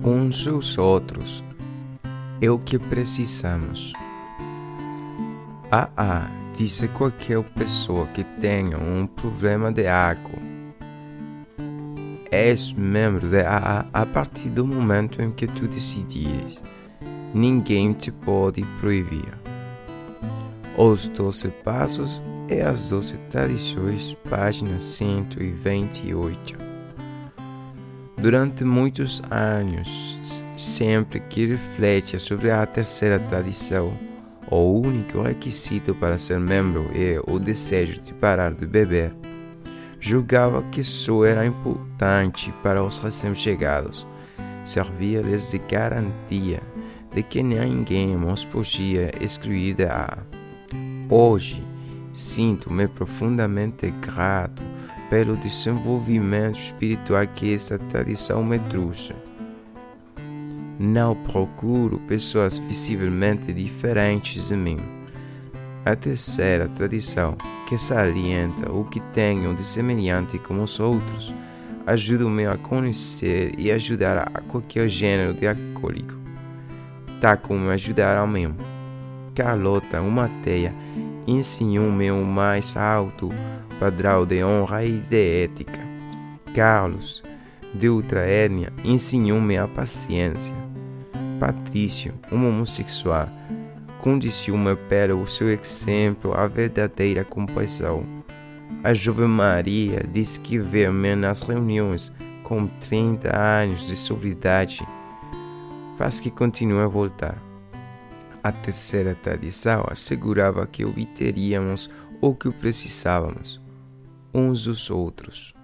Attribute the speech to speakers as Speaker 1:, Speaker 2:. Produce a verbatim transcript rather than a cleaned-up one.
Speaker 1: uns aos outros é o que precisamos. A A disse qualquer pessoa que tenha um problema de álcool. És membro da A A a partir do momento em que tu decidires. Ninguém te pode proibir. Os doze Passos e as doze Tradições, página cento e vinte e oito. Durante muitos anos, sempre que refletia sobre a terceira tradição, o único requisito para ser membro é o desejo de parar de beber, julgava que só era importante para os recém-chegados. Servia-lhes de garantia de que ninguém os podia excluir da A A. Hoje, sinto-me profundamente grato pelo desenvolvimento espiritual que essa tradição me trouxe. Não procuro pessoas visivelmente diferentes de mim. A terceira tradição, que salienta o que tenho de semelhante com os outros, ajuda-me a conhecer e ajudar a qualquer gênero de alcoólico, tal como ajudar ao meu. Carlota, uma teia, ensinou-me o mais alto padrão de honra e de ética. Carlos, de outra etnia, ensinou-me a paciência. Patrício, um homossexual, conduziu-me pelo seu exemplo a verdadeira compaixão. A jovem Maria disse que ver-me nas reuniões com trinta anos de sobriedade faz que continue a voltar. A terceira tradição assegurava que obteríamos o que precisávamos, uns dos outros.